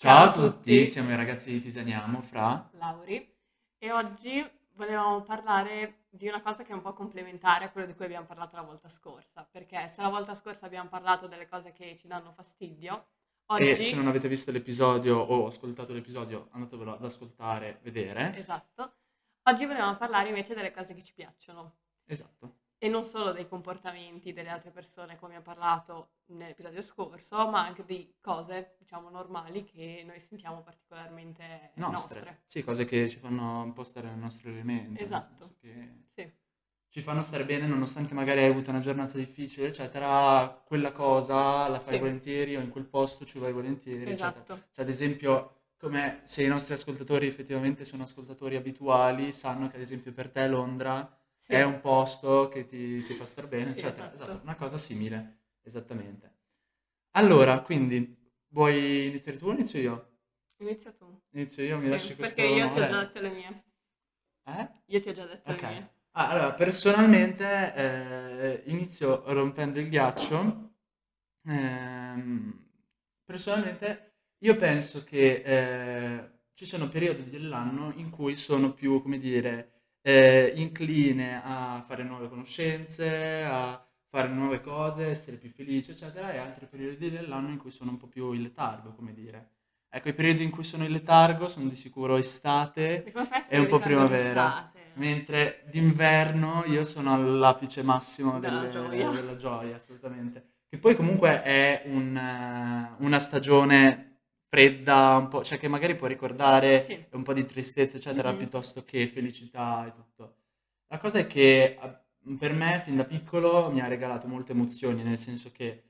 Ciao Ciao a a tutti, tutti, siamo i ragazzi di Tisaniamo, Fra. Lauri, e oggi volevamo parlare di una cosa che è un po' complementare a quello di cui abbiamo parlato la volta scorsa, perché se la volta scorsa abbiamo parlato delle cose che ci danno fastidio, E se non oggi, avete visto l'episodio o ascoltato l'episodio, andatevelo ad ascoltare, vedere. esatto, oggi volevamo parlare invece delle cose che ci piacciono. Esatto, E non solo dei comportamenti delle altre persone, come abbiamo parlato nell'episodio scorso, ma anche di cose, diciamo, normali che noi sentiamo particolarmente nostre. nostre. Sì, cose che ci fanno un po' stare nel nostro elemento, nel senso Esatto, che sì, ci fanno stare bene nonostante magari hai avuto una giornata difficile, eccetera, quella cosa la fai sì, volentieri o in quel posto ci vai volentieri, eccetera. esatto. Cioè, ad esempio, come se i nostri ascoltatori effettivamente sono ascoltatori abituali, sanno che ad esempio per te Londra è Sì, un posto che ti fa star bene, sì, eccetera. Esatto, esatto. una cosa simile, esattamente. Allora, quindi, vuoi iniziare tu o inizio io? Inizia tu. Inizio io, mi Sì, lasci questo perché io ti ho già onore? dette le mie. Eh? Io ti ho già dette le Ok. mie. Allora, personalmente inizio rompendo il ghiaccio. Ehm, Personalmente io penso che ci sono periodi dell'anno in cui sono più, come dire, incline a fare nuove conoscenze, a fare nuove cose, essere più felice, eccetera, e altri periodi dell'anno in cui sono un po' più in letargo, come dire. Ecco, i periodi in cui sono in letargo sono di sicuro Mi estate e confesso un in po' ritardo primavera, d'estate. mentre d'inverno io sono all'apice massimo Dalla gioia. della gioia, assolutamente. Che poi comunque è una stagione fredda, un po', cioè che magari può ricordare Sì. un po' di tristezza, eccetera, Mhm. piuttosto che felicità e tutto. La cosa è che per me, fin da piccolo, mi ha regalato molte emozioni, nel senso che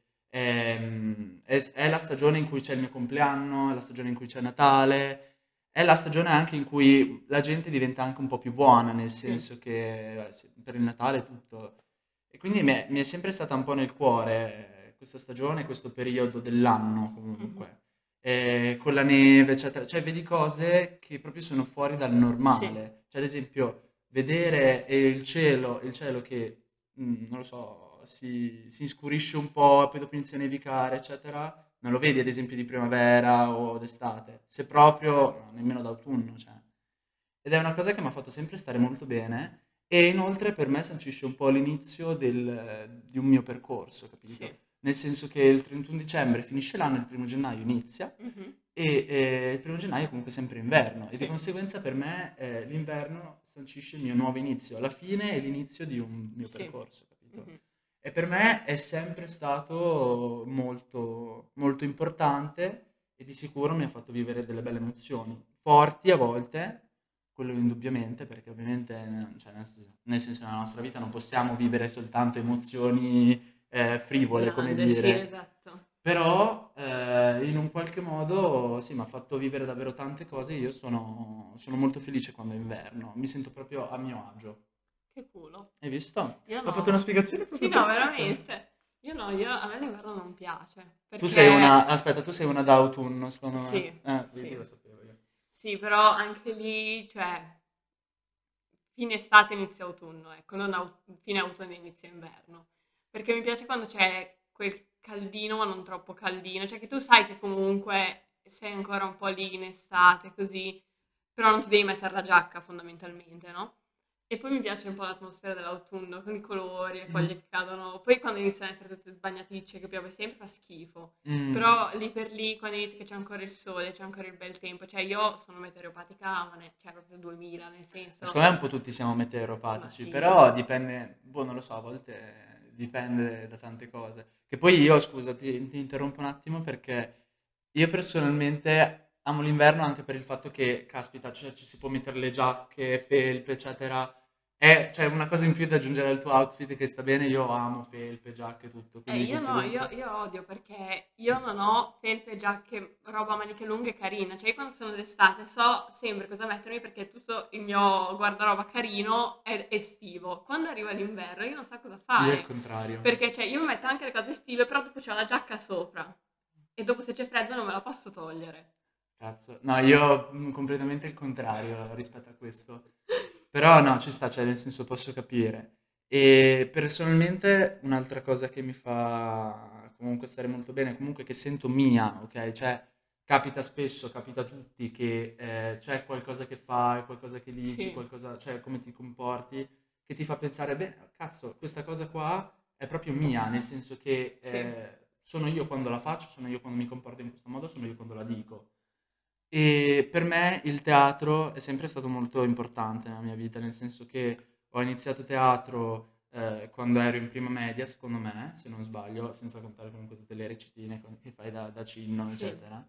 è la stagione in cui c'è il mio compleanno, è la stagione in cui c'è Natale, è la stagione anche in cui la gente diventa anche un po' più buona, nel Sì. senso che per il Natale e tutto. E quindi mi è sempre stata un po' nel cuore questa stagione, questo periodo dell'anno Mhm. comunque. Con la neve, eccetera. Cioè, vedi cose che proprio sono fuori dal Sì. normale. Cioè, ad esempio, vedere il cielo che, non lo so, si inscurisce un po' e poi dopo inizia a nevicare, eccetera. Non lo vedi, ad esempio, di primavera o d'estate. Se proprio, nemmeno d'autunno, cioè. Ed è una cosa che mi ha fatto sempre stare molto bene e inoltre per me sancisce un po' l'inizio di un mio percorso, Sì. capito? Nel senso che il 31 dicembre finisce l'anno, il primo gennaio inizia Mhm. e il primo gennaio è comunque sempre inverno e di Sì. conseguenza per me l'inverno sancisce il mio nuovo inizio, la fine e l'inizio di un mio Sì. percorso, capito? Mhm. E per me è sempre stato molto, molto importante e di sicuro mi ha fatto vivere delle belle emozioni, forti a volte, quello indubbiamente, perché ovviamente cioè, nel senso nella nostra vita non possiamo vivere soltanto emozioni frivole, come Grande, sì, dire, esatto. però in un qualche modo sì, mi ha fatto vivere davvero tante cose e io sono molto felice quando è inverno, mi sento proprio a mio agio. Che culo. Hai visto? Io Ti ho fatto una no. spiegazione Sì, proprio no, perfetta. veramente. Io no, a me l'inverno non piace, Tu sei perché aspetta, tu sei una da autunno, secondo me. sì, Vedi, sì, lo sapevo io. sì, però anche lì, cioè, fine estate, inizio autunno, ecco, non fine autunno, inizio inverno. Perché mi piace quando c'è quel caldino, ma non troppo caldino, cioè che tu sai che comunque sei ancora un po' lì in estate, così, però non ti devi mettere la giacca fondamentalmente, no? E poi mi piace un po' l'atmosfera dell'autunno, con i colori, le foglie Mhm. che cadono. Poi quando iniziano a essere tutte sbagnaticce, che piove sempre, fa schifo. Mm. Però lì per lì, quando inizia che c'è ancora il sole, c'è ancora il bel tempo, cioè io sono meteoropatica, ma cioè proprio 2000, nel senso, Secondo me un po' tutti siamo ma meteoropatici, sì, però dipende, boh, non lo so, a volte dipende da tante cose. Che poi io, scusa, ti interrompo un attimo perché io personalmente amo l'inverno anche per il fatto che, caspita, cioè, ci si può mettere le giacche, felpe, eccetera. È, cioè, una cosa in più da aggiungere al tuo outfit che sta bene, io amo felpe, giacche, tutto, quindi di io no, io, conseguenza... io odio perché io non ho felpe, giacche, roba a maniche lunghe carina, cioè io quando sono d'estate so sempre cosa mettermi perché tutto il mio guardaroba carino è estivo. Quando arriva l'inverno io non so cosa Io è il fare, contrario. perché cioè io mi metto anche le cose estive, però dopo c'ho la giacca sopra e dopo se c'è freddo non me la posso togliere. Cazzo, no, io completamente il contrario rispetto a questo. Però no, ci sta, cioè nel senso posso capire. E personalmente un'altra cosa che mi fa comunque stare molto bene, comunque che sento mia, ok? Cioè capita spesso, capita a tutti che c'è qualcosa che fai, qualcosa che dici, Sì, qualcosa, cioè come ti comporti, che ti fa pensare, beh, cazzo, questa cosa qua è proprio mia, nel senso che sì, sono io quando la faccio, sono io quando mi comporto in questo modo, sono io quando la dico. E per me il teatro è sempre stato molto importante nella mia vita, nel senso che ho iniziato teatro quando ero in prima media, secondo me, se non sbaglio, senza contare comunque tutte le recitine che fai da cinno, sì. eccetera.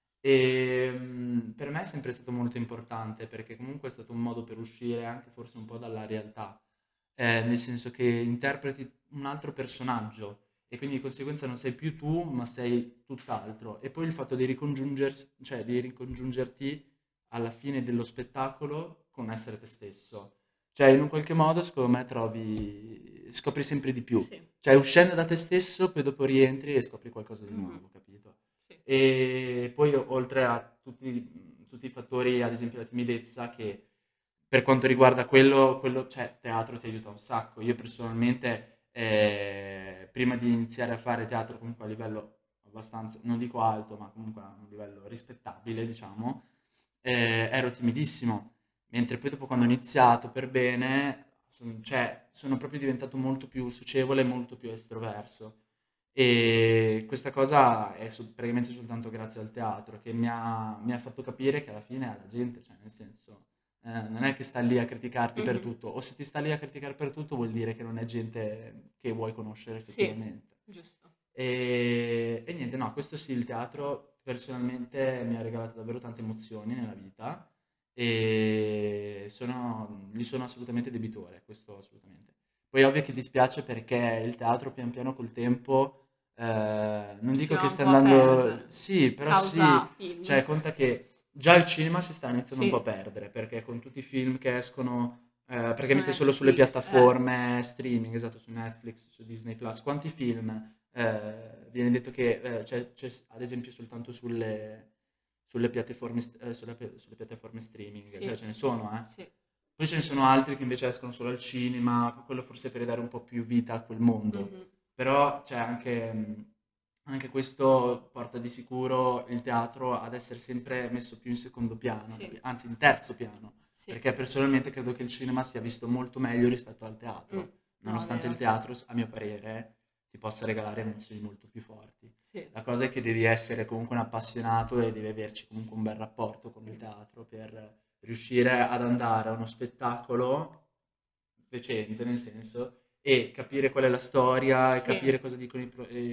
E per me è sempre stato molto importante perché comunque è stato un modo per uscire anche forse un po' dalla realtà, nel senso che interpreti un altro personaggio e quindi di conseguenza non sei più tu, ma sei tutt'altro. E poi il fatto di cioè di ricongiungerti alla fine dello spettacolo con essere te stesso. Cioè, in un qualche modo, secondo me, scopri sempre di più. Sì. Cioè, uscendo da te stesso, poi dopo rientri e scopri qualcosa di Mh-mh. nuovo, capito? Sì. E poi, oltre a tutti i fattori, ad esempio la timidezza, che per quanto riguarda quello, cioè, teatro ti aiuta un sacco. Io personalmente, prima di iniziare a fare teatro comunque a livello abbastanza, non dico alto, ma comunque a un livello rispettabile, diciamo, ero timidissimo. Mentre poi dopo quando ho iniziato per bene, cioè, sono proprio diventato molto più socievole, molto più estroverso. E questa cosa è praticamente soltanto grazie al teatro, che mi ha fatto capire che alla fine la gente, cioè nel senso, non è che sta lì a criticarti per Mh-mh. tutto, o se ti sta lì a criticare per tutto vuol dire che non è gente che vuoi conoscere Sì, effettivamente. giusto. E niente, no, questo sì, il teatro personalmente mi ha regalato davvero tante emozioni nella vita e gli sono assolutamente debitore, questo assolutamente. Poi è ovvio che dispiace perché il teatro pian piano col tempo, non Si dico va che un stia po' a andando, perdere. sì, però Causa sì, film. cioè conta che già il cinema si sta iniziando un po' a Sì, perdere perché con tutti i film che escono su praticamente solo sulle Netflix, eh. piattaforme streaming, esatto, su Netflix, su Disney Plus, quanti film viene detto che c'è ad esempio soltanto sulle piattaforme, sulle piattaforme streaming, cioè Sì, ce ne sono, eh. sì. Poi ce ne sono altri che invece escono solo al cinema, quello forse per dare un po' più vita a quel mondo. Mh-mh. Però c'è anche questo porta di sicuro il teatro ad essere sempre messo più in secondo piano, Sì, anzi in terzo piano, sì. perché personalmente credo che il cinema sia visto molto meglio rispetto al Mh. teatro, No, è nonostante il vero. teatro, a mio parere, ti possa regalare emozioni molto più forti. Sì. La cosa è che devi essere comunque un appassionato e devi averci comunque un bel rapporto con il Mh-mh. teatro per riuscire ad andare a uno spettacolo decente, nel senso, e capire qual è la storia e Sì, capire cosa dicono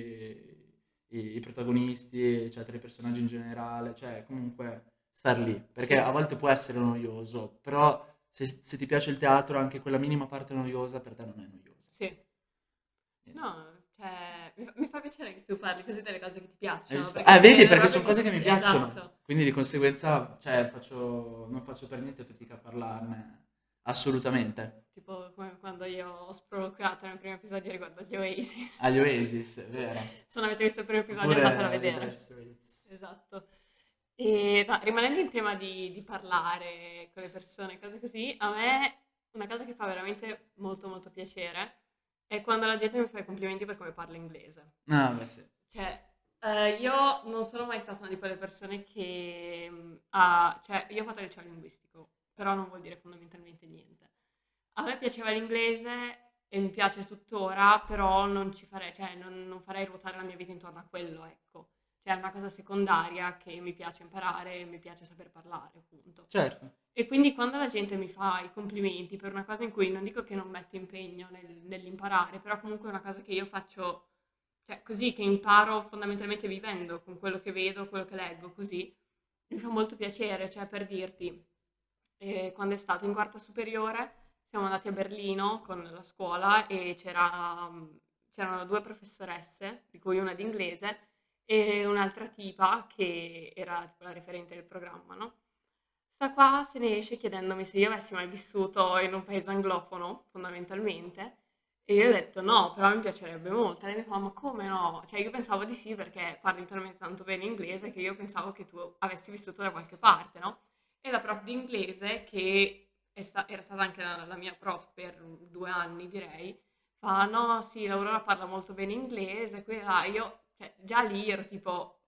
i protagonisti, eccetera, i personaggi in generale, cioè comunque star lì, perché sì, a volte può essere noioso, però se ti piace il teatro anche quella minima parte noiosa per te non è noiosa. sì. Niente. No, cioè mi fa piacere che tu parli così delle cose che ti Hai piacciono, visto? perché Vedi, se perché proprio sono cose che mi piacciono, esatto. quindi di conseguenza, cioè, non faccio per niente fatica a parlarne, assolutamente. Tipo come quando io ho sproloquiato nel primo episodio riguardo agli Oasis. Agli Oasis, è vero. Se non avete visto il primo episodio andatelo a Oppure i Dire vedere. Straits. Esatto. E no, rimanendo in tema di parlare con le persone, cose così, a me una cosa che fa veramente molto molto piacere è quando la gente mi fa i complimenti per come parlo inglese. Ah, beh sì. Cioè, io non sono mai stata una di quelle persone che cioè, io ho fatto il liceo linguistico, però non vuol dire fondamentalmente niente. A me piaceva l'inglese e mi piace tuttora, però non ci farei, cioè, non farei ruotare la mia vita intorno a quello, ecco. Cioè, è una cosa secondaria che mi piace imparare e mi piace saper parlare, appunto. Certo. E quindi quando la gente mi fa i complimenti per una cosa in cui non dico che non metto impegno nell'imparare, però comunque è una cosa che io faccio, cioè così che imparo fondamentalmente vivendo con quello che vedo, quello che leggo, così, mi fa molto piacere, cioè per dirti, quando è stato in quarta superiore siamo andati a Berlino con la scuola e c'erano due professoresse, di cui una d'inglese e un'altra tipa che era tipo la referente del programma, no? Sta qua se ne esce chiedendomi se io avessi mai vissuto in un paese anglofono, fondamentalmente, e io ho detto no, però mi piacerebbe molto. E lei mi fa, ma come no? Cioè io pensavo di sì perché parli talmente tanto bene inglese che io pensavo che tu avessi vissuto da qualche parte, no? E la prof di inglese, che era stata anche la mia prof per 2 anni, direi, fa, no, sì, l'Aurora parla molto bene inglese, qui e là. Io, cioè, già lì ero tipo,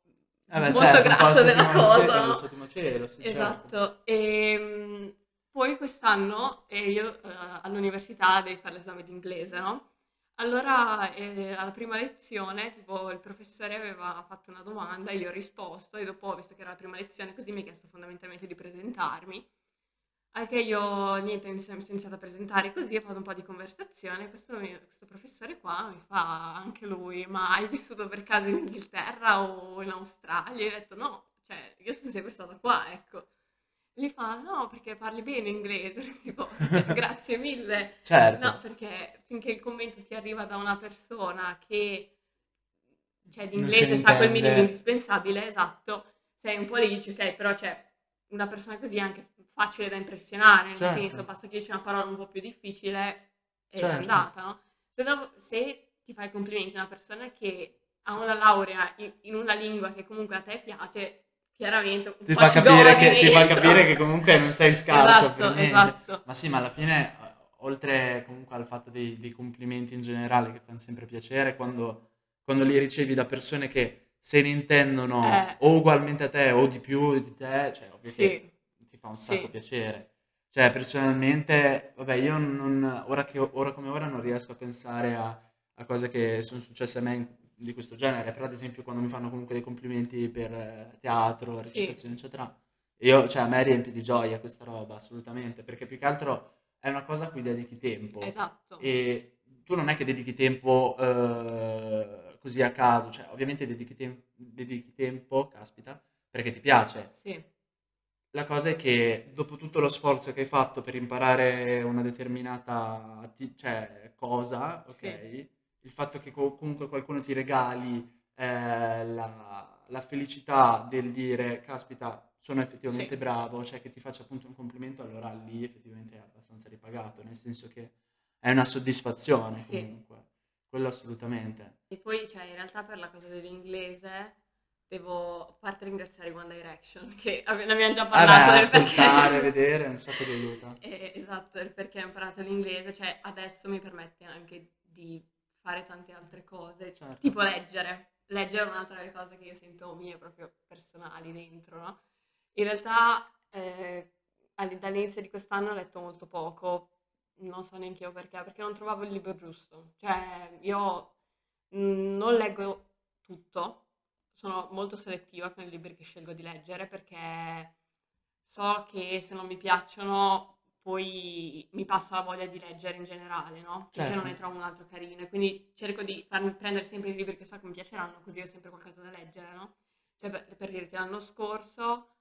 Beh, molto certo, un po' il grato della settimo cielo, cosa, il no? settimo cielo, sì, certo. Esatto. Poi quest'anno io all'università devi fare l'esame di inglese, no? Allora alla prima lezione, tipo il professore aveva fatto una domanda, io ho risposto e dopo, visto che era la prima lezione, così mi ha chiesto fondamentalmente di presentarmi. Anche io, niente, mi sono iniziata a presentare così, ho fatto un po' di conversazione. Questo professore qua mi fa anche lui, ma hai vissuto per caso in Inghilterra o in Australia? Io ho detto no, cioè io sono sempre stata qua, ecco. E lui fa no, perché parli bene inglese, tipo, cioè, grazie mille. Certo, No, perché finché il commento ti arriva da una persona che, cioè, non se ne l'inglese sa quel minimo intende. indispensabile, esatto, sei un po' lì, dici ok, però c'è una persona così è anche facile da impressionare, nel senso, Certo, basta che dici una parola un po' più difficile e è certo, andata, no? Se ti fai complimenti a una persona che ha una laurea in una lingua che comunque a te piace, chiaramente un po' ci godi ti fa capire dentro. che comunque non sei scarso per Esatto, niente. esatto. Ma sì, ma alla fine, oltre comunque al fatto dei complimenti in generale che fanno sempre piacere, quando li ricevi da persone che se ne intendono Eh, o ugualmente a te o di più di te, cioè ovvio che sì, ti fa un sacco sì, piacere. Cioè, personalmente, vabbè, io non, ora come ora non riesco a pensare a cose che sono successe a me di questo genere, però ad esempio quando mi fanno comunque dei complimenti per teatro, sì, recitazione, eccetera, io, cioè a me riempie di gioia questa roba, assolutamente, perché più che altro è una cosa a cui dedichi tempo esatto, e tu non è che dedichi tempo così a caso, cioè ovviamente dedichi tempo, caspita, perché ti piace. sì, La cosa è che dopo tutto lo sforzo che hai fatto per imparare una determinata cioè, cosa, sì, ok? Il fatto che comunque qualcuno ti regali la felicità del dire, caspita, sono sì. effettivamente bravo, cioè che ti faccia appunto un complimento, allora lì effettivamente è abbastanza ripagato, nel senso che è una soddisfazione Sì. comunque, quello assolutamente. E poi, cioè, in realtà per la cosa dell'inglese devo, a parte ringraziare One Direction, che ne abbiamo già Eh beh, parlato del ascoltare, perché. vedere un sacco di aiuto. Esatto, il perché ho imparato l'inglese, cioè adesso mi permette anche di fare tante altre cose, Certo. tipo leggere. Leggere è un'altra delle cose che io sento mie proprio personali dentro, no? In realtà dall'inizio di quest'anno ho letto molto poco, non so neanche io perché non trovavo il libro giusto. Cioè, io non leggo tutto, sono molto selettiva con i libri che scelgo di leggere perché so che se non mi piacciono poi mi passa la voglia di leggere in generale, no? Finché non Certo, ne trovo un altro carino e quindi cerco di farmi prendere sempre i libri che so che mi piaceranno così ho sempre qualcosa da leggere, no? Cioè per dirti, l'anno scorso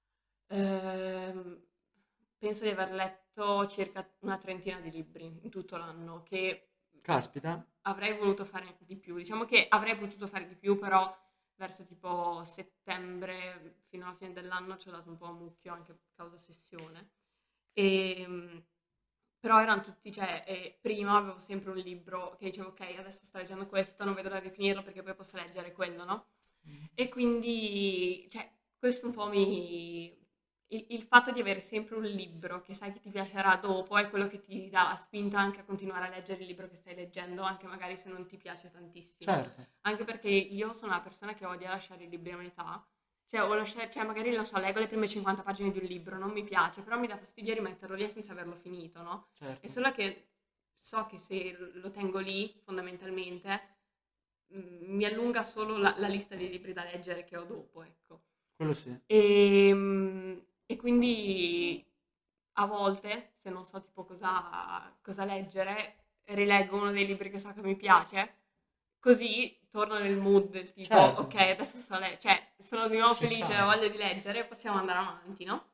Ehm, penso di aver letto circa una trentina di libri in tutto l'anno, che caspita. avrei voluto fare anche di più. Diciamo che avrei potuto fare di più, però verso tipo settembre fino alla fine dell'anno ci ho dato un po' a mucchio anche causa sessione. Ehm, Però erano tutti, cioè, prima avevo sempre un libro che dicevo, ok, adesso sto leggendo questo, non vedo l'ora di finirlo perché poi posso leggere quello, no? E quindi, cioè, questo un po' mi. Il fatto di avere sempre un libro che sai che ti piacerà dopo è quello che ti dà la spinta anche a continuare a leggere il libro che stai leggendo, anche magari se non ti piace tantissimo. Certo, Anche perché io sono una persona che odia lasciare i libri a metà. Cioè, cioè, magari non so, leggo le prime 50 pagine di un libro, non mi piace, però mi dà fastidio rimetterlo lì senza averlo finito, no? È certo, solo che so che se lo tengo lì, fondamentalmente, mi allunga solo la lista di libri da leggere che ho dopo, ecco. quello sì. E quindi a volte, se non so tipo cosa leggere, rileggo uno dei libri che so che mi piace, così torno nel mood del tipo, Certo, ok, adesso cioè sono di nuovo ci sta. felice, ho voglia di leggere, possiamo andare avanti, no?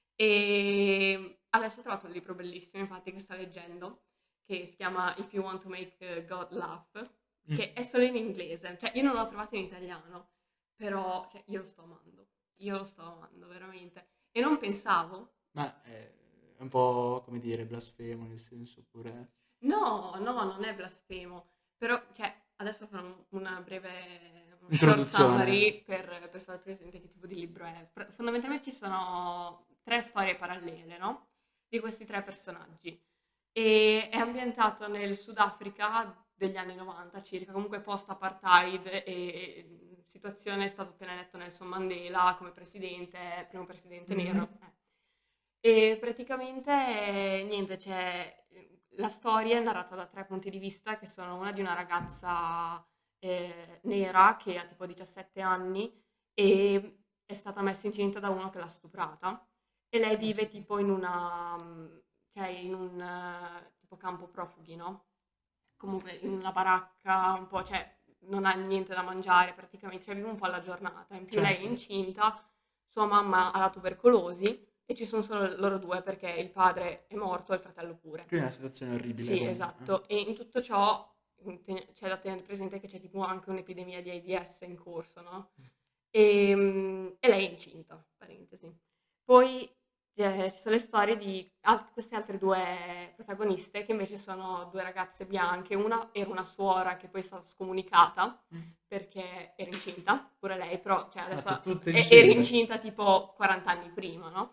E adesso ho trovato un libro bellissimo, infatti, che sto leggendo, che si chiama If You Want to Make God Laugh, Mm. che è solo in inglese, cioè io non l'ho trovato in italiano, però cioè, io lo sto amando veramente. E non pensavo. Ma è un po' come dire blasfemo, nel senso pure... No, no, non è blasfemo, però, cioè, adesso farò una breve, uno short Introduzione. summary per far presente che tipo di libro è. Fondamentalmente ci sono tre storie parallele, no? Di questi tre personaggi. E è ambientato nel Sudafrica degli anni 90 circa, comunque post-apartheid e situazione è stato appena eletto Nelson Mandela come presidente, primo presidente Mhm. nero. E praticamente, niente, c'è la storia è narrata da 3 punti di vista, che sono una di una ragazza, nera che ha tipo 17 anni e è stata messa incinta da uno che l'ha stuprata e lei vive Caspita. tipo in una cioè in un tipo campo profughi, no, comunque in una baracca un po', cioè non ha niente da mangiare praticamente, cioè vive un po' alla giornata. In più lei è Certo. incinta, sua mamma ha la tubercolosi e ci sono solo loro 2 perché il padre è morto e il fratello pure. Quindi è una situazione orribile Sì, comunque. esatto. E in tutto ciò, c'è da tenere presente che c'è tipo anche un'epidemia di AIDS in corso, no? E lei è incinta, parentesi. Poi ci sono le storie di queste altre 2 protagoniste che invece sono 2 ragazze bianche. Una era una suora che poi è stata scomunicata Mm. perché era incinta, pure lei, però cioè Mazza, adesso tutte era incinte. incinta tipo 40 anni prima, no?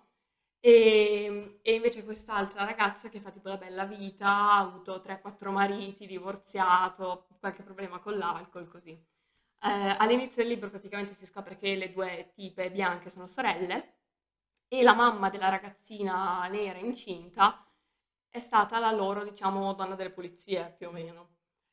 E invece quest'altra ragazza che fa tipo la bella vita, ha avuto 3-4 mariti, divorziato, qualche problema con l'alcol, così. All'inizio del libro praticamente si scopre che le 2 tipe bianche sono sorelle e la mamma della ragazzina nera incinta è stata la loro, diciamo, donna delle pulizie, più o meno.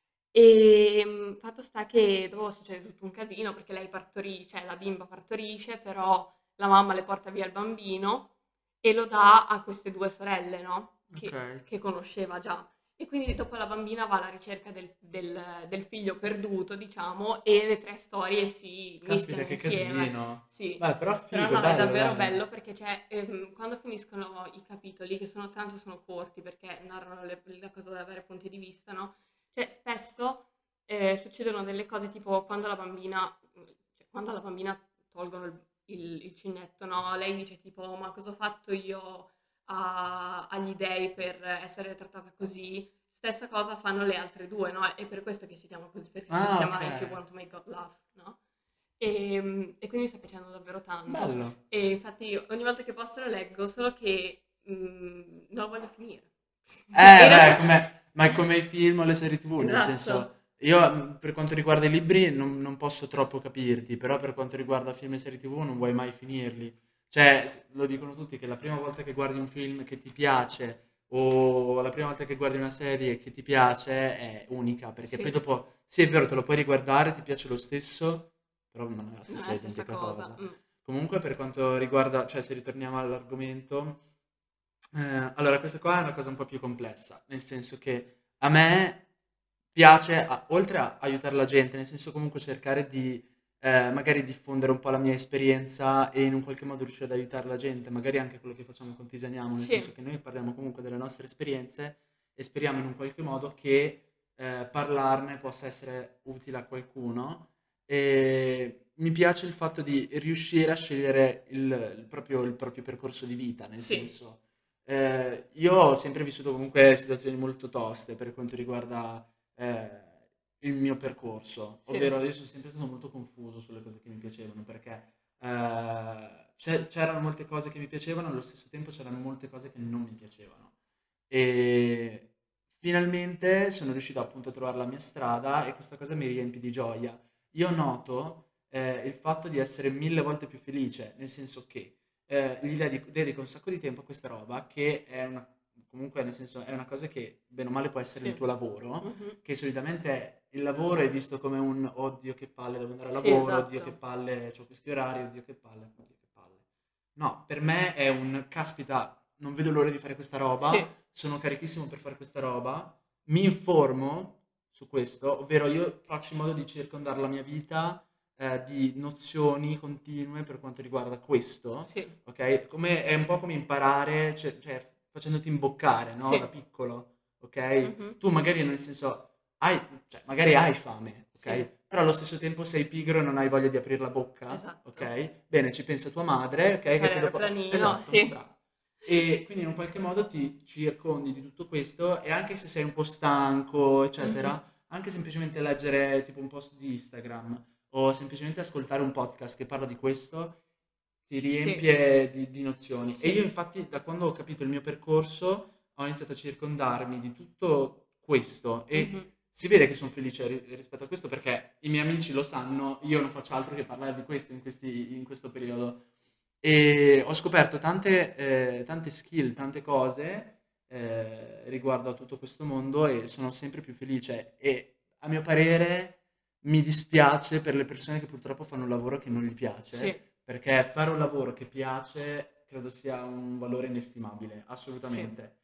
Fatto sta che dopo succede tutto un casino perché lei cioè la bimba partorisce, però la mamma le porta via il bambino e lo dà a queste 2 sorelle, no, Ok. che conosceva già. E quindi dopo la bambina va alla ricerca del figlio perduto, diciamo, e le 3 storie si Caspita, mischiano che insieme. casino. Sì, Beh, però però figo, no, è bello, davvero dai. bello perché c'è, quando finiscono i capitoli, che sono tanto sono corti perché narrano la cosa da vari punti di vista, no? Cioè, spesso succedono delle cose tipo cioè, quando alla bambina tolgono il cinnetto, no? Lei dice tipo, ma cosa ho fatto io agli dei per essere trattata così? Stessa cosa fanno le altre 2, no? È per questo che si chiama così, perché si Ah, chiama ok. If You Want to Make God Laugh, no? E quindi mi sta piacendo davvero tanto. Bello. E infatti ogni volta che posso lo leggo, solo che non lo voglio finire. Cioè, in Beh, realtà... ma è come i film o le serie TV, nel Esatto. senso, io per quanto riguarda i libri non posso troppo capirti, però per quanto riguarda film e serie TV non vuoi mai finirli. Cioè, lo dicono tutti che la prima volta che guardi un film che ti piace o la prima volta che guardi una serie che ti piace è unica, perché poi Sì, dopo, sì è vero, te lo puoi riguardare, ti piace lo stesso, però non è la non è stessa la stessa identica cosa. cosa. Comunque per quanto riguarda, cioè se ritorniamo all'argomento, allora questa qua è una cosa un po' più complessa, nel senso che a me piace, oltre a aiutare la gente, nel senso comunque cercare di magari diffondere un po' la mia esperienza e in un qualche modo riuscire ad aiutare la gente, magari anche quello che facciamo con Tisaniamo, nel senso Sì, che noi parliamo comunque delle nostre esperienze e speriamo in un qualche modo che parlarne possa essere utile a qualcuno e mi piace il fatto di riuscire a scegliere il proprio percorso di vita, nel sì, senso, io ho sempre vissuto comunque situazioni molto toste per quanto riguarda il mio percorso, sì, ovvero io sono sempre stato molto confuso sulle cose che mi piacevano perché c'erano molte cose che mi piacevano, allo stesso tempo c'erano molte cose che non mi piacevano. E finalmente sono riuscito appunto a trovare la mia strada e questa cosa mi riempie di gioia. Io noto il fatto di essere 1000 volte più felice, nel senso che gli dedico un sacco di tempo a questa roba che è una, comunque nel senso è una cosa che bene o male può essere il sì. tuo lavoro, Mhm. che solitamente il lavoro è visto come un oddio che palle devo andare al Sì, lavoro, oddio che esatto. palle ho questi orari, oddio che palle, oddio che palle. No, per me è un caspita, non vedo l'ora di fare questa Sì, roba, sono carichissimo per fare questa roba, mi informo su questo, ovvero io faccio in modo di circondare la mia vita di nozioni continue per quanto riguarda questo, sì, ok? È un po' come imparare, cioè facendoti imboccare, no? Da sì. piccolo, ok? Mhm. Tu magari nel senso cioè, magari hai fame, ok? Sì, Però allo stesso tempo sei pigro e non hai voglia di aprire la bocca, esatto. ok? Bene, ci pensa tua madre, ok? Ti Che fai poi dopo... l'aeroplanino, Esatto, sì. bravo. E quindi in un qualche modo ti circondi di tutto questo e anche se sei un po' stanco, Mhm. eccetera, anche semplicemente leggere tipo un post di Instagram o semplicemente ascoltare un podcast che parla di questo ti Sì, riempie di nozioni. E sì, io infatti da quando ho capito il mio percorso ho iniziato a circondarmi di tutto questo mhm. e si vede che sono felice rispetto a questo perché i miei amici lo sanno, io non faccio altro che parlare di questo in questo periodo. E ho scoperto tante skill, tante cose riguardo a tutto questo mondo e sono sempre più felice. E a mio parere mi dispiace per le persone che purtroppo fanno un lavoro che non gli Sì, piace, perché fare un lavoro che piace credo sia un valore inestimabile, sì. assolutamente.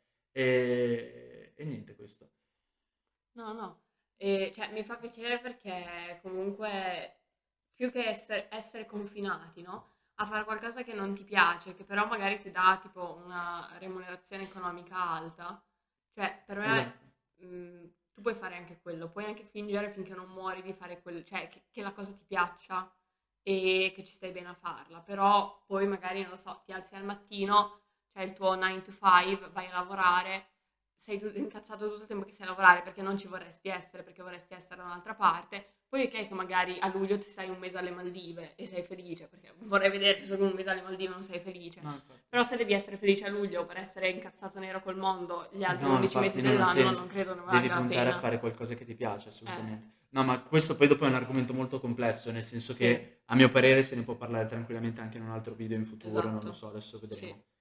E niente questo. No, no. Cioè, mi fa piacere perché comunque più che essere confinati, no? A fare qualcosa che non ti piace, che però magari ti dà tipo una remunerazione economica alta, cioè per me Esatto. tu puoi fare anche quello, puoi anche fingere finché non muori di fare quello, cioè che la cosa ti piaccia e che ci stai bene a farla, però poi magari, non lo so, ti alzi al mattino, c'è il tuo 9 to 5, vai a lavorare, sei incazzato tutto il tempo che sei a lavorare perché non ci vorresti essere, perché vorresti essere da un'altra parte. Poi ok che magari a luglio ti stai un mese alle Maldive e sei felice, perché vorrei vedere se un mese alle Maldive non sei felice. No, infatti. Però se devi essere felice a luglio per essere incazzato nero col mondo gli altri No, 11 mesi infatti non ha dell'anno, senso. non credo ne Devi valga la puntare a pena. fare qualcosa che ti piace, Eh, assolutamente. No, ma questo poi dopo è un argomento molto complesso, nel senso sì, che a mio parere se ne può parlare tranquillamente anche in un altro video in futuro, non lo esatto. so, adesso Sì. vedremo.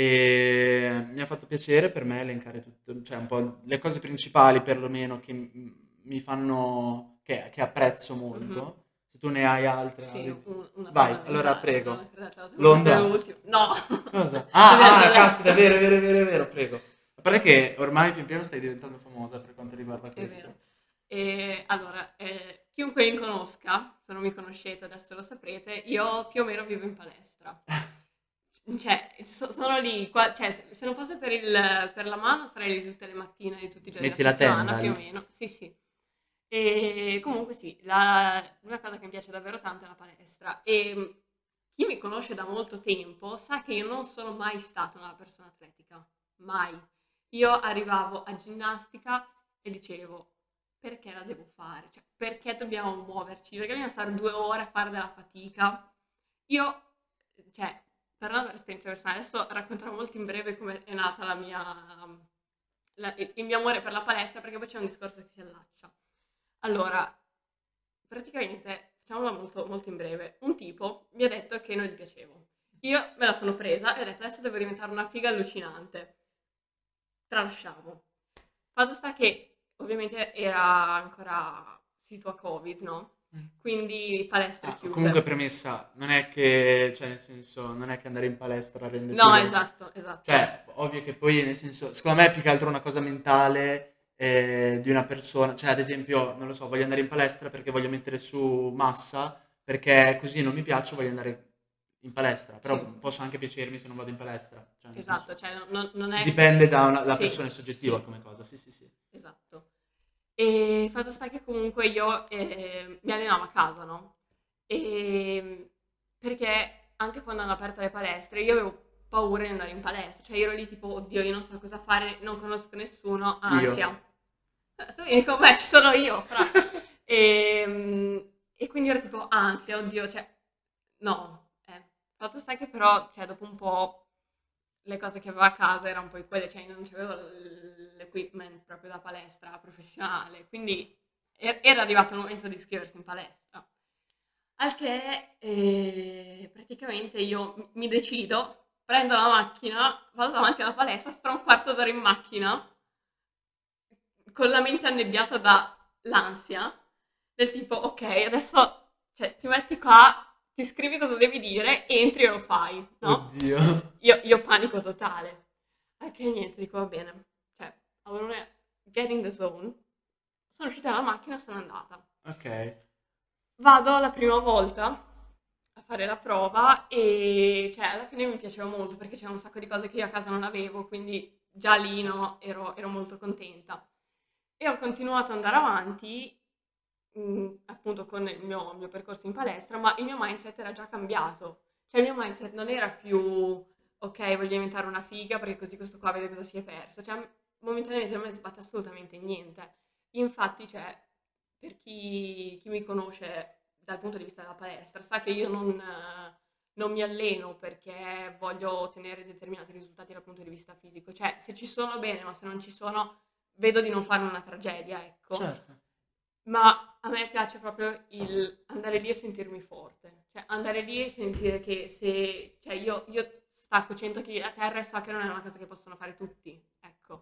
E mi ha fatto piacere per me elencare tutto, cioè un po' le cose principali perlomeno che mi fanno, che apprezzo Mhm. molto. Se tu ne hai altre, Sì, una vai, allora fondamentale, non prego. è creata l'automazione L'onda. dell'ultimo. No, Cosa? l'abbiamo già Caspita, è letto. vero, è vero, è vero, è vero, prego. A parte che ormai pian piano stai diventando famosa per quanto riguarda È vero. questo. E allora, chiunque mi conosca, se non mi conoscete adesso lo saprete, io più o meno vivo in palestra. Cioè, sono lì, cioè, se non fosse per la mano sarei lì tutte le mattine di tutti i giorni della Metti la settimana, tenda più o lì. meno. Sì, sì. E comunque sì, una cosa che mi piace davvero tanto è la palestra. E chi mi conosce da molto tempo sa che io non sono mai stata una persona atletica. Mai. Io arrivavo a ginnastica e dicevo, perché la devo fare? Cioè, perché dobbiamo muoverci? Perché dobbiamo stare 2 ore a fare della fatica? Io, cioè, parlando per esperienza personale, adesso racconterò molto in breve come è nata il mio amore per la palestra, perché poi c'è un discorso che si allaccia. Allora, praticamente, facciamola molto, molto in breve, un tipo mi ha detto che non gli piacevo. Io me la sono presa e ho detto adesso devo diventare una figa allucinante. Tralasciamo. Fatto sta che ovviamente era ancora situa Covid, no? Quindi palestre Comunque chiuse. premessa, non è che, cioè nel senso, non è che andare in palestra rende No, figo. esatto, esatto. Cioè, ovvio che poi, nel senso, secondo me è più che altro una cosa mentale di una persona. Cioè, ad esempio, non lo so, voglio andare in palestra perché voglio mettere su massa, perché così non mi piace, voglio andare in palestra. Però Sì, posso anche piacermi se non vado in palestra. Cioè, nel esatto, senso, cioè non è... dipende la Sì, persona è soggettiva sì, come cosa. Sì, sì, sì. esatto. E fatto sta che comunque io mi allenavo a casa, no? E, perché anche quando hanno aperto le palestre io avevo paura di andare in palestra, cioè io ero lì tipo, oddio, io non so cosa fare, non conosco nessuno, Io. ansia. Tu vieni con me, ci sono io, fra. E quindi ero tipo ansia, oddio, cioè, no. Fatto sta che però, cioè, dopo un po' le cose che avevo a casa erano poi quelle, cioè non c'avevo l'equipment proprio da palestra professionale, quindi era arrivato il momento di iscriversi in palestra. Al che praticamente io mi decido, prendo la macchina, vado davanti alla palestra, sto un quarto d'ora in macchina, con la mente annebbiata dall'ansia, del tipo, ok, adesso cioè, ti metti qua, ti scrivi cosa devi dire, entri e lo fai, no? Oddio. Io panico totale. Perché niente, dico va bene. Cioè, allora, get in the zone. Sono uscita dalla macchina e sono andata. Ok. Vado la prima volta a fare la prova e cioè alla fine mi piaceva molto perché c'erano un sacco di cose che io a casa non avevo, quindi già lì Certo. no, ero molto contenta. E ho continuato ad andare avanti, appunto con il mio percorso in palestra, ma il mio mindset era già cambiato. Cioè il mio mindset non era più, ok, voglio diventare una figa perché così questo qua vede cosa si è perso. Cioè momentaneamente non mi sbatte assolutamente niente. Infatti, cioè, per chi mi conosce dal punto di vista della palestra, sa che io non mi alleno perché voglio ottenere determinati risultati dal punto di vista fisico. Cioè, se ci sono bene, ma se non ci sono, vedo di non fare una tragedia, ecco. Certo. Ma a me piace proprio il andare lì e sentirmi forte, cioè andare lì e sentire che se, cioè io stacco 100 kg a terra e so che non è una cosa che possono fare tutti, ecco.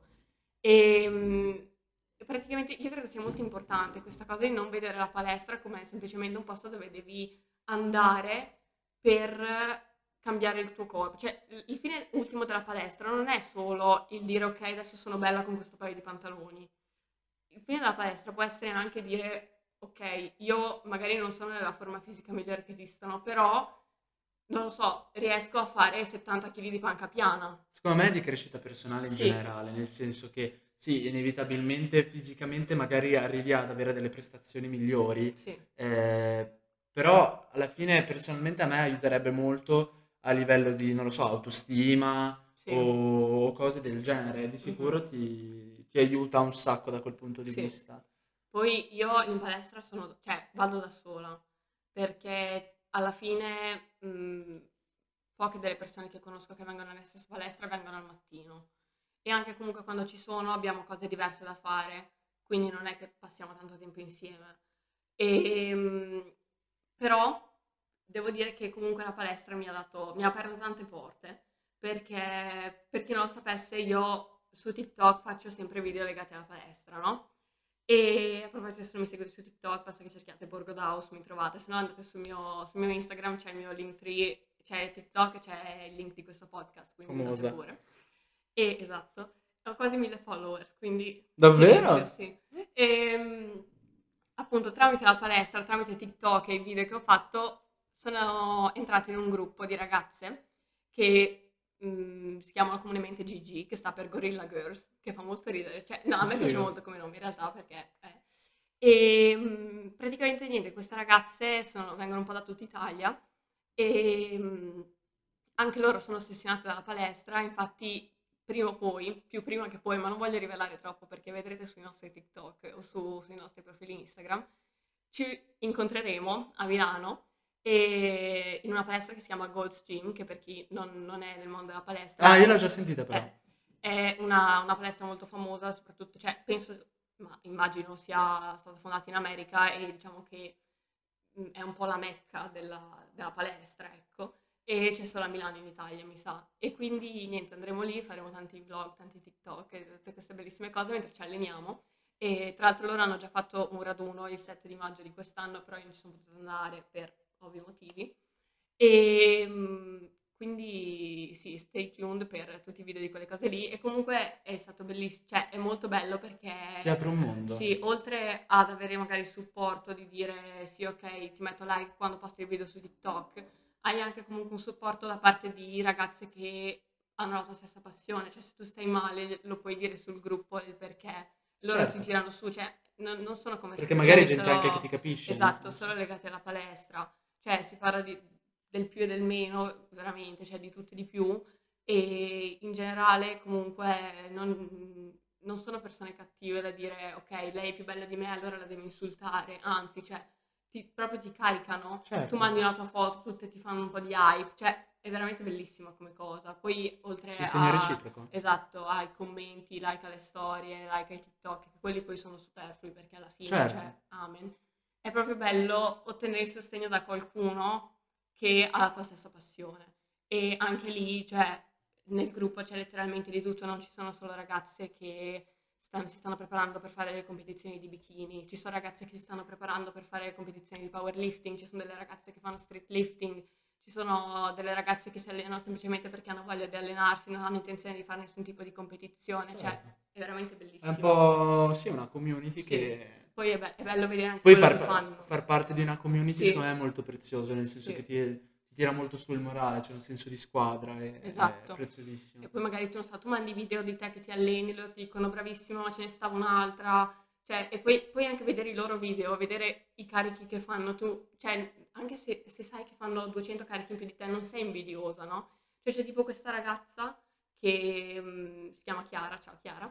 E praticamente io credo sia molto importante questa cosa di non vedere la palestra come semplicemente un posto dove devi andare per cambiare il tuo corpo. Cioè, il fine ultimo della palestra non è solo il dire ok, adesso sono bella con questo paio di pantaloni. Il fine della palestra può essere anche dire ok, io magari non sono nella forma fisica migliore che esistono, però non lo so, riesco a fare 70 kg di panca piana. Secondo me è di crescita personale in Sì, generale, nel senso che sì, inevitabilmente fisicamente magari arrivi ad avere delle prestazioni migliori, sì, però alla fine personalmente a me aiuterebbe molto a livello di, non lo so, autostima sì. o cose del genere. Di Mhm. sicuro ti aiuta un sacco da quel punto di Sì. vista. Poi io in palestra cioè vado da sola, perché alla fine poche delle persone che conosco che vengono nella stessa palestra vengono al mattino. E anche comunque quando ci sono abbiamo cose diverse da fare, quindi non è che passiamo tanto tempo insieme. Ehm, Però devo dire che comunque la palestra mi ha aperto tante porte, perché per chi non lo sapesse io su TikTok faccio sempre video legati alla palestra, no? E a proposito, se non mi seguite su TikTok, basta che cerchiate Borgo House, mi trovate, se no andate sul mio Instagram, c'è il mio Linktree, c'è TikTok, c'è il link di questo podcast, quindi andate Famosa. pure. E esatto, ho quasi 1000 followers, quindi silenzio, Davvero? sì. E appunto tramite la palestra, tramite TikTok e i video che ho fatto, sono entrata in un gruppo di ragazze che si chiamano comunemente GG, che sta per Gorilla Girls, che fa molto ridere. Cioè, no, a me piace Figo. molto come nome in realtà perché è. E praticamente niente, queste ragazze vengono un po' da tutta Italia e anche loro sono ossessionate dalla palestra, infatti prima o poi, più prima che poi, ma non voglio rivelare troppo perché vedrete sui nostri TikTok o sui nostri profili Instagram, ci incontreremo a Milano e in una palestra che si chiama Gold's Gym, che per chi non è nel mondo della Ah, palestra io l'ho già sentita però. è una palestra molto famosa, soprattutto, cioè penso, ma immagino sia stata fondata in America e diciamo che è un po' la mecca della palestra, ecco, e c'è solo a Milano in Italia, mi sa. E quindi niente, andremo lì, faremo tanti vlog, tanti TikTok e tutte queste bellissime cose mentre ci alleniamo. E tra l'altro loro hanno già fatto un raduno il 7 di maggio di quest'anno, però io non ci sono potuta andare per ovvi motivi. E quindi sì, stay tuned per tutti i video di quelle cose lì. E comunque è stato bellissimo, cioè è molto bello perché Ti apre un mondo. sì, oltre ad avere magari il supporto di dire sì, ok, ti metto like quando posti il video su TikTok, hai anche comunque un supporto da parte di ragazze che hanno la tua stessa passione, cioè se tu stai male lo puoi dire sul gruppo il perché, loro ti Certo. tirano su, cioè non sono Perché magari è conversazioni gente anche che ti solo, capisce, nel esatto, senso. solo legate alla palestra, cioè si parla del più e del meno, veramente, cioè di tutto e di più, e in generale comunque non sono persone cattive da dire ok, lei è più bella di me, allora la devo insultare, anzi, cioè proprio ti caricano, tu Certo. mandi una tua foto, tutte ti fanno un po' di hype, cioè è veramente bellissima come cosa. Poi oltre Sostegno a, reciproco. esatto, ai commenti, like alle storie, like ai TikTok, che quelli poi sono superflui perché alla fine, Certo. cioè, amen. È proprio bello ottenere il sostegno da qualcuno che ha la tua stessa passione. E anche lì, cioè, nel gruppo c'è letteralmente di tutto, non ci sono solo ragazze che si stanno preparando per fare le competizioni di bikini, ci sono ragazze che si stanno preparando per fare le competizioni di powerlifting, ci sono delle ragazze che fanno street lifting, ci sono delle ragazze che si allenano semplicemente perché hanno voglia di allenarsi, non hanno intenzione di fare nessun tipo di competizione, cioè Certo. è veramente È un bellissimo. po', sì, una community Sì, che poi è bello vedere anche poi quello che fanno. far parte di una community secondo Sì, me è molto prezioso, nel senso che sì. ti tira molto su il morale, c'è un senso di squadra, è Esatto. E preziosissimo. poi magari tu, non so, tu mandi video di te che ti alleni, loro ti dicono bravissimo, ma ce ne stava un'altra. Cioè, e poi anche vedere i loro video, vedere i carichi che fanno tu, cioè, anche se sai che fanno 200 carichi in più di te, non sei invidiosa, no? Cioè, c'è tipo questa ragazza che si chiama Chiara, ciao Chiara,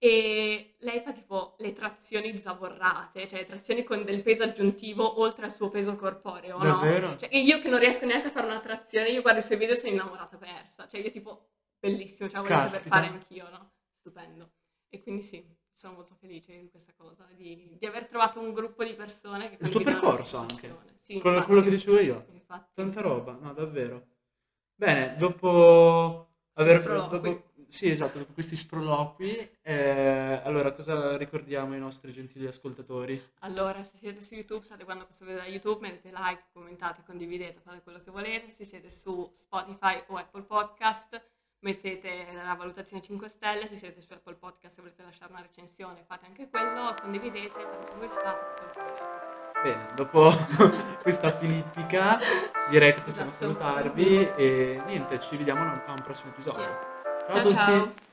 e lei fa tipo le trazioni zavorrate, cioè le trazioni con del peso aggiuntivo oltre al suo peso corporeo, no? Davvero? Cioè, e io che non riesco neanche a fare una trazione, io guardo i suoi video e sono innamorata persa. Cioè, io tipo, bellissimo, cioè vorrei saper fare Caspita. anch'io, no? Stupendo. E quindi sì, sono molto felice di questa cosa, di aver trovato un gruppo di persone che Il tuo condividono la percorso stessa anche, passione. Sì, quello infatti, che dicevo io. infatti, Tanta roba, no, davvero. Bene, dopo si sproloqui. sì, esatto, dopo questi sproloqui, allora cosa ricordiamo ai nostri gentili ascoltatori? Allora, se siete su YouTube, state guardando questo video da YouTube, mettete like, commentate, condividete, fate quello che volete. Se siete su Spotify o Apple Podcast, mettete la valutazione 5 stelle. Se siete su Apple Podcast e volete lasciare una recensione, fate anche quello, condividete, fate pubblicità, fate quello che volete. Bene, dopo questa filippica direi che possiamo Esatto. salutarvi e niente, ci vediamo a un prossimo episodio. Yes. Ciao a Ciao tutti! ciao!